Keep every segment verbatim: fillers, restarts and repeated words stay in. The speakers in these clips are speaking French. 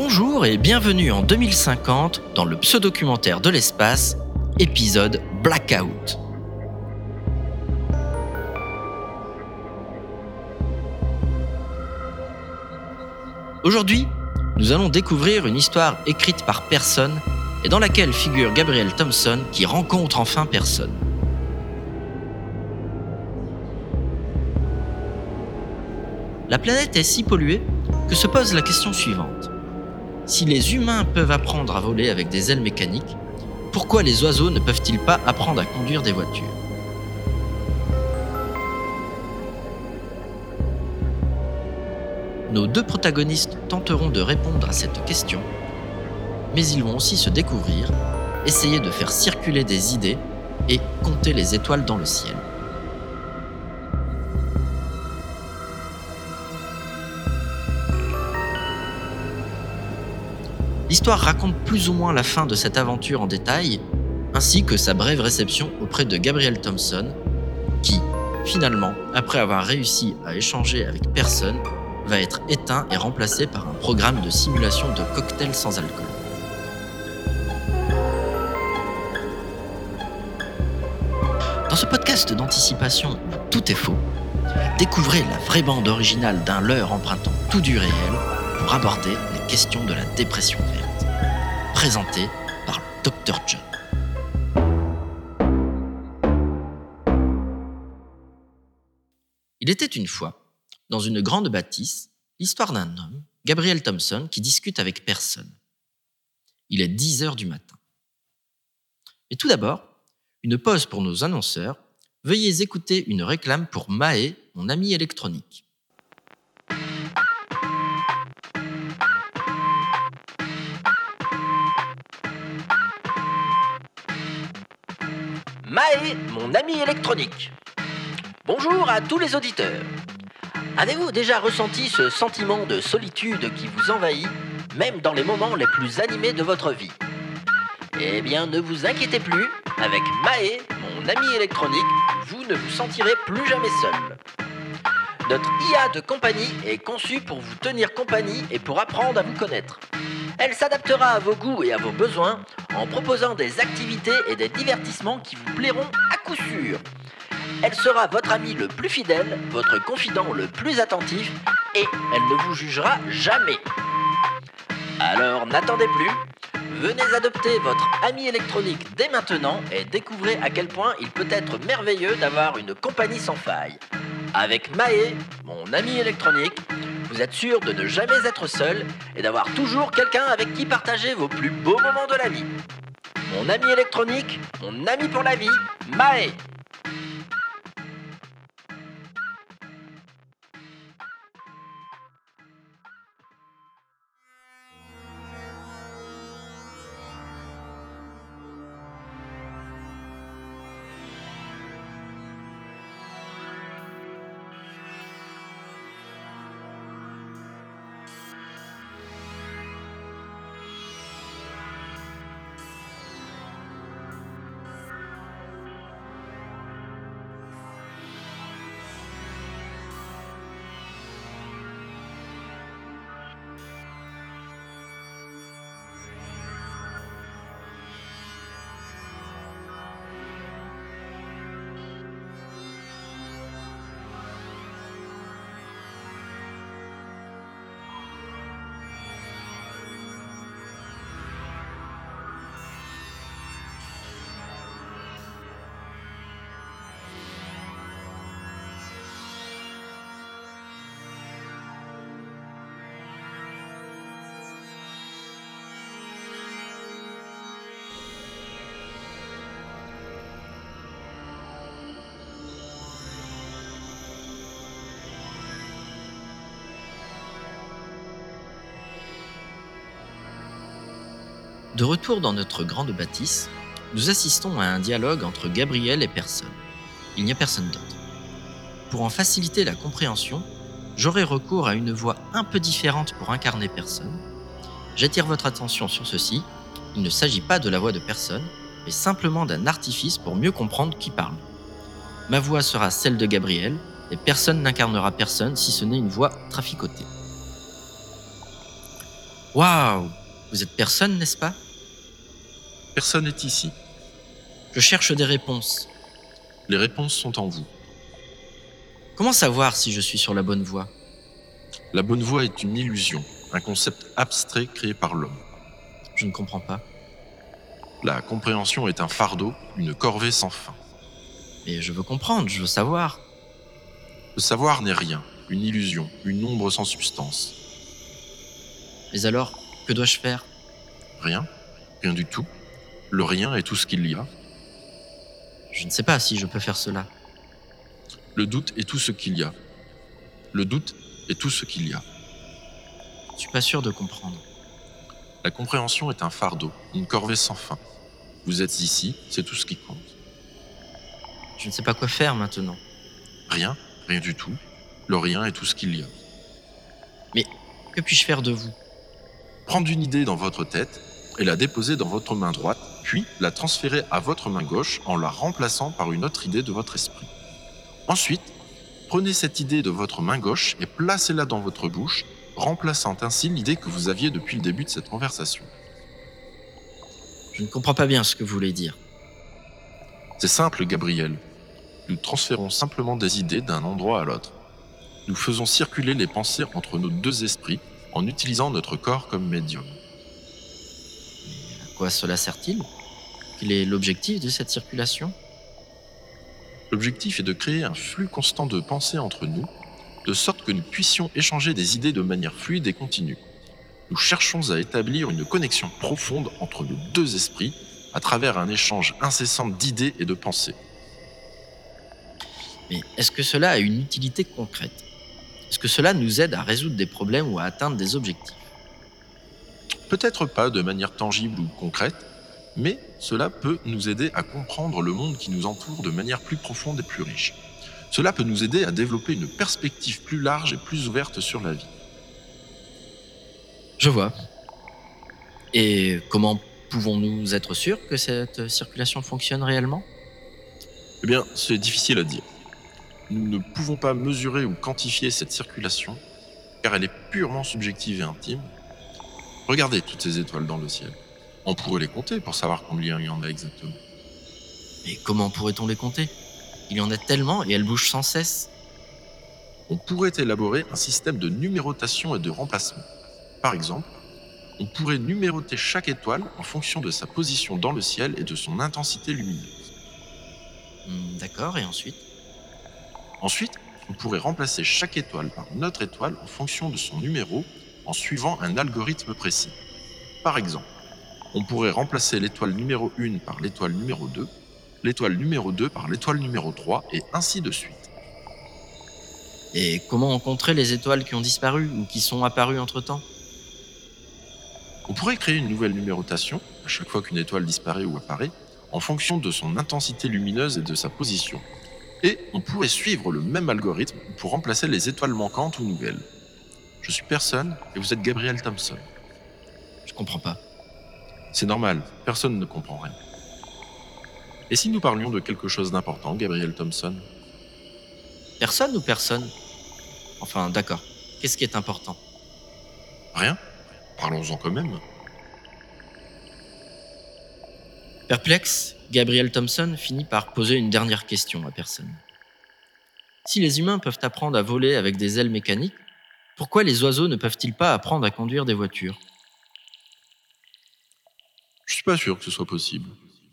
Bonjour et bienvenue en deux mille cinquante dans le pseudo-documentaire de l'espace, épisode Blackout. Aujourd'hui, nous allons découvrir une histoire écrite par personne et dans laquelle figure Gabriel Thompson qui rencontre enfin personne. La planète est si polluée que se pose la question suivante. Si les humains peuvent apprendre à voler avec des ailes mécaniques, pourquoi les oiseaux ne peuvent-ils pas apprendre à conduire des voitures ? Nos deux protagonistes tenteront de répondre à cette question, mais ils vont aussi se découvrir, essayer de faire circuler des idées et compter les étoiles dans le ciel. L'histoire raconte plus ou moins la fin de cette aventure en détail, ainsi que sa brève réception auprès de Gabriel Thompson, qui, finalement, après avoir réussi à échanger avec personne, va être éteint et remplacé par un programme de simulation de cocktails sans alcool. Dans ce podcast d'anticipation où tout est faux, découvrez la vraie bande originale d'un leurre empruntant tout du réel pour aborder les questions de la dépression verte, présenté par le docteur John. Il était une fois, dans une grande bâtisse, l'histoire d'un homme, Gabriel Thompson, qui discute avec personne. Il est dix heures du matin. Mais tout d'abord, une pause pour nos annonceurs. Veuillez écouter une réclame pour Maë, mon ami électronique. Maë, mon ami électronique. Bonjour à tous les auditeurs. Avez-vous déjà ressenti ce sentiment de solitude qui vous envahit, même dans les moments les plus animés de votre vie ? Eh bien, ne vous inquiétez plus, avec Maë, mon ami électronique, vous ne vous sentirez plus jamais seul. Notre I A de compagnie est conçue pour vous tenir compagnie et pour apprendre à vous connaître. Elle s'adaptera à vos goûts et à vos besoins en proposant des activités et des divertissements qui vous plairont à coup sûr. Elle sera votre ami le plus fidèle, votre confident le plus attentif et elle ne vous jugera jamais. Alors n'attendez plus, venez adopter votre ami électronique dès maintenant et découvrez à quel point il peut être merveilleux d'avoir une compagnie sans faille. Avec Maë, mon ami électronique, vous êtes sûr de ne jamais être seul et d'avoir toujours quelqu'un avec qui partager vos plus beaux moments de la vie. Mon ami électronique, mon ami pour la vie, Maë. De retour dans notre grande bâtisse, nous assistons à un dialogue entre Gabriel et personne. Il n'y a personne d'autre. Pour en faciliter la compréhension, j'aurai recours à une voix un peu différente pour incarner personne. J'attire votre attention sur ceci, il ne s'agit pas de la voix de personne, mais simplement d'un artifice pour mieux comprendre qui parle. Ma voix sera celle de Gabriel, et personne n'incarnera personne si ce n'est une voix traficotée. Waouh! Vous êtes personne, n'est-ce pas? Personne n'est ici. Je cherche des réponses. Les réponses sont en vous. Comment savoir si je suis sur la bonne voie? La bonne voie est une illusion, un concept abstrait créé par l'homme. Je ne comprends pas. La compréhension est un fardeau, une corvée sans fin. Mais je veux comprendre, je veux savoir. Le savoir n'est rien, une illusion, une ombre sans substance. Mais alors, que dois-je faire? Rien, rien du tout. Le rien est tout ce qu'il y a. Je ne sais pas si je peux faire cela. Le doute est tout ce qu'il y a. Le doute est tout ce qu'il y a. Je ne suis pas sûr de comprendre. La compréhension est un fardeau, une corvée sans fin. Vous êtes ici, c'est tout ce qui compte. Je ne sais pas quoi faire maintenant. Rien, rien du tout. Le rien est tout ce qu'il y a. Mais que puis-je faire de vous? Prendre une idée dans votre tête et la déposer dans votre main droite, puis la transférer à votre main gauche en la remplaçant par une autre idée de votre esprit. Ensuite, prenez cette idée de votre main gauche et placez-la dans votre bouche, remplaçant ainsi l'idée que vous aviez depuis le début de cette conversation. Je ne comprends pas bien ce que vous voulez dire. C'est simple, Gabriel. Nous transférons simplement des idées d'un endroit à l'autre. Nous faisons circuler les pensées entre nos deux esprits en utilisant notre corps comme médium. À quoi cela sert-il? Quel est l'objectif de cette circulation? L'objectif est de créer un flux constant de pensées entre nous, de sorte que nous puissions échanger des idées de manière fluide et continue. Nous cherchons à établir une connexion profonde entre nos deux esprits à travers un échange incessant d'idées et de pensées. Mais est-ce que cela a une utilité concrète? Est-ce que cela nous aide à résoudre des problèmes ou à atteindre des objectifs? Peut-être pas de manière tangible ou concrète, mais cela peut nous aider à comprendre le monde qui nous entoure de manière plus profonde et plus riche. Cela peut nous aider à développer une perspective plus large et plus ouverte sur la vie. Je vois. Et comment pouvons-nous être sûrs que cette circulation fonctionne réellement? Eh bien, c'est difficile à dire. Nous ne pouvons pas mesurer ou quantifier cette circulation, car elle est purement subjective et intime. Regardez toutes ces étoiles dans le ciel. On pourrait les compter pour savoir combien il y en a exactement. Mais comment pourrait-on les compter? Il y en a tellement et elles bougent sans cesse. On pourrait élaborer un système de numérotation et de remplacement. Par exemple, on pourrait numéroter chaque étoile en fonction de sa position dans le ciel et de son intensité lumineuse. Hmm, D'accord, et ensuite? Ensuite, on pourrait remplacer chaque étoile par une autre étoile en fonction de son numéro en suivant un algorithme précis. Par exemple, on pourrait remplacer l'étoile numéro un par l'étoile numéro deux, l'étoile numéro deux par l'étoile numéro trois, et ainsi de suite. Et comment rencontrer les étoiles qui ont disparu ou qui sont apparues entre-temps? On pourrait créer une nouvelle numérotation, à chaque fois qu'une étoile disparaît ou apparaît, en fonction de son intensité lumineuse et de sa position. Et on pourrait suivre le même algorithme pour remplacer les étoiles manquantes ou nouvelles. Je suis personne et vous êtes Gabriel Thompson. Je comprends pas. C'est normal, personne ne comprend rien. Et si nous parlions de quelque chose d'important, Gabriel Thompson? Personne ou personne? Enfin, d'accord. Qu'est-ce qui est important? Rien? Parlons-en quand même. Perplexe, Gabriel Thompson finit par poser une dernière question à personne. Si les humains peuvent apprendre à voler avec des ailes mécaniques, pourquoi les oiseaux ne peuvent-ils pas apprendre à conduire des voitures? Je suis pas sûr que ce soit possible.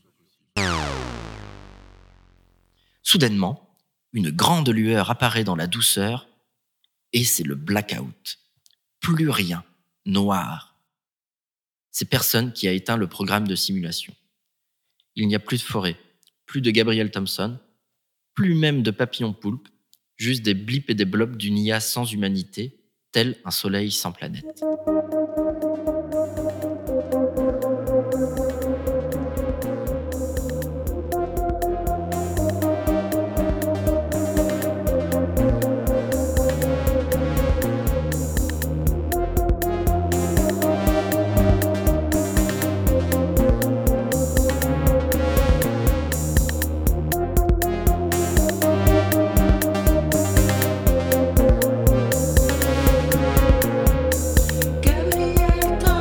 Soudainement, une grande lueur apparaît dans la douceur et c'est le blackout. Plus rien, noir. C'est personne qui a éteint le programme de simulation. Il n'y a plus de forêt, plus de Gabriel Thompson, plus même de papillons poulpes, juste des blips et des blobs d'une I A sans humanité, tel un soleil sans planète. Gabriel Thompson.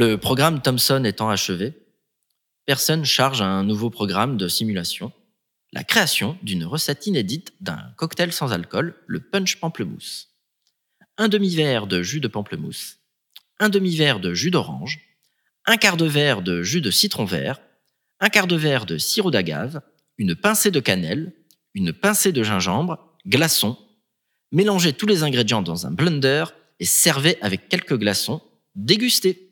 Le programme Thomson étant achevé, personne charge un nouveau programme de simulation, la création d'une recette inédite d'un cocktail sans alcool, le punch pamplemousse. Un demi-verre de jus de pamplemousse, un demi-verre de jus d'orange, un quart de verre de jus de citron vert, un quart de verre de sirop d'agave, une pincée de cannelle, une pincée de gingembre, glaçons. Mélangez tous les ingrédients dans un blender et servez avec quelques glaçons. Dégustez.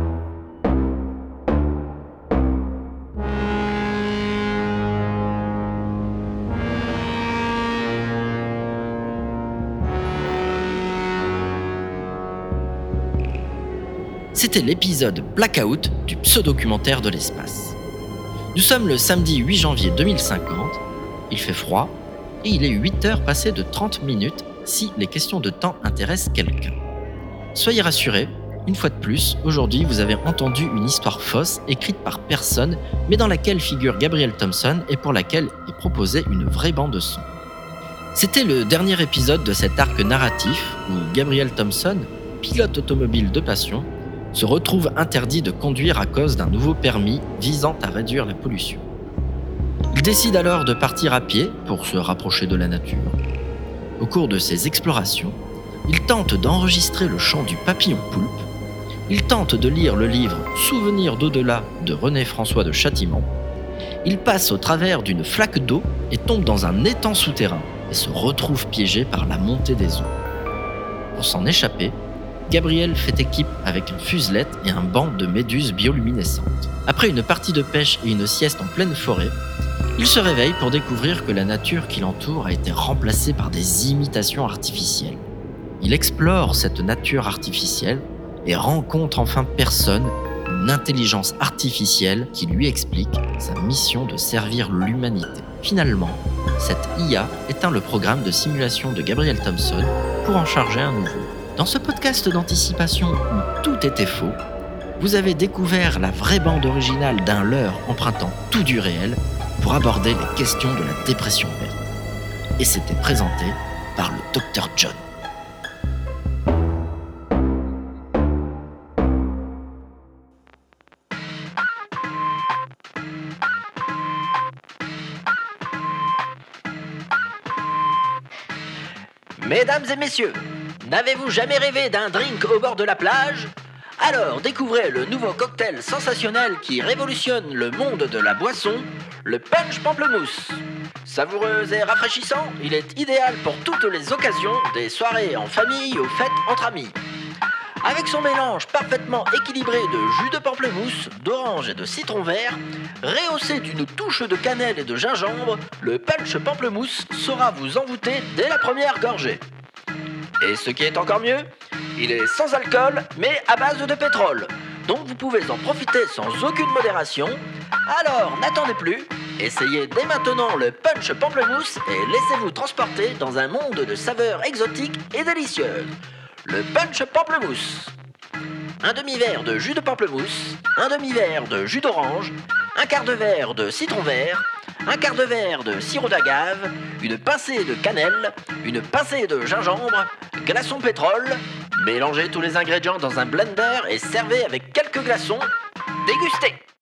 C'était l'épisode Blackout du pseudo-documentaire de l'espace. Nous sommes le samedi huit janvier deux mille cinquante, il fait froid et il est huit heures passées de trente minutes si les questions de temps intéressent quelqu'un. Soyez rassurés, une fois de plus, aujourd'hui vous avez entendu une histoire fausse écrite par personne mais dans laquelle figure Gabriel Thomson et pour laquelle est proposée une vraie bande son. C'était le dernier épisode de cet arc narratif où Gabriel Thomson, pilote automobile de passion, se retrouve interdit de conduire à cause d'un nouveau permis visant à réduire la pollution. Il décide alors de partir à pied pour se rapprocher de la nature. Au cours de ses explorations, il tente d'enregistrer le chant du papillon poulpe, il tente de lire le livre Souvenirs d'au-delà de René-François de Châtiment, il passe au travers d'une flaque d'eau et tombe dans un étang souterrain et se retrouve piégé par la montée des eaux. Pour s'en échapper, Gabriel fait équipe avec un fuselette et un banc de méduses bioluminescentes. Après une partie de pêche et une sieste en pleine forêt, il se réveille pour découvrir que la nature qui l'entoure a été remplacée par des imitations artificielles. Il explore cette nature artificielle et rencontre enfin personne, une intelligence artificielle qui lui explique sa mission de servir l'humanité. Finalement, cette I A éteint le programme de simulation de Gabriel Thomson pour en charger un nouveau. Dans ce podcast d'anticipation où tout était faux, vous avez découvert la vraie bande originale d'un leurre empruntant tout du réel pour aborder les questions de la dépression verte. Et c'était présenté par le docteur John. Mesdames et messieurs, n'avez-vous jamais rêvé d'un drink au bord de la plage ? Alors découvrez le nouveau cocktail sensationnel qui révolutionne le monde de la boisson, le punch pamplemousse. Savoureux et rafraîchissant, il est idéal pour toutes les occasions, des soirées en famille aux fêtes entre amis. Avec son mélange parfaitement équilibré de jus de pamplemousse, d'orange et de citron vert, rehaussé d'une touche de cannelle et de gingembre, le punch pamplemousse saura vous envoûter dès la première gorgée. Et ce qui est encore mieux, il est sans alcool, mais à base de pétrole. Donc vous pouvez en profiter sans aucune modération. Alors n'attendez plus, essayez dès maintenant le punch pamplemousse et laissez-vous transporter dans un monde de saveurs exotiques et délicieuses. Le punch pamplemousse. Un demi-verre de jus de pamplemousse, un demi-verre de jus d'orange, un quart de verre de citron vert, un quart de verre de sirop d'agave, une pincée de cannelle, une pincée de gingembre, glaçons pétrole. Mélangez tous les ingrédients dans un blender et servez avec quelques glaçons. Dégustez!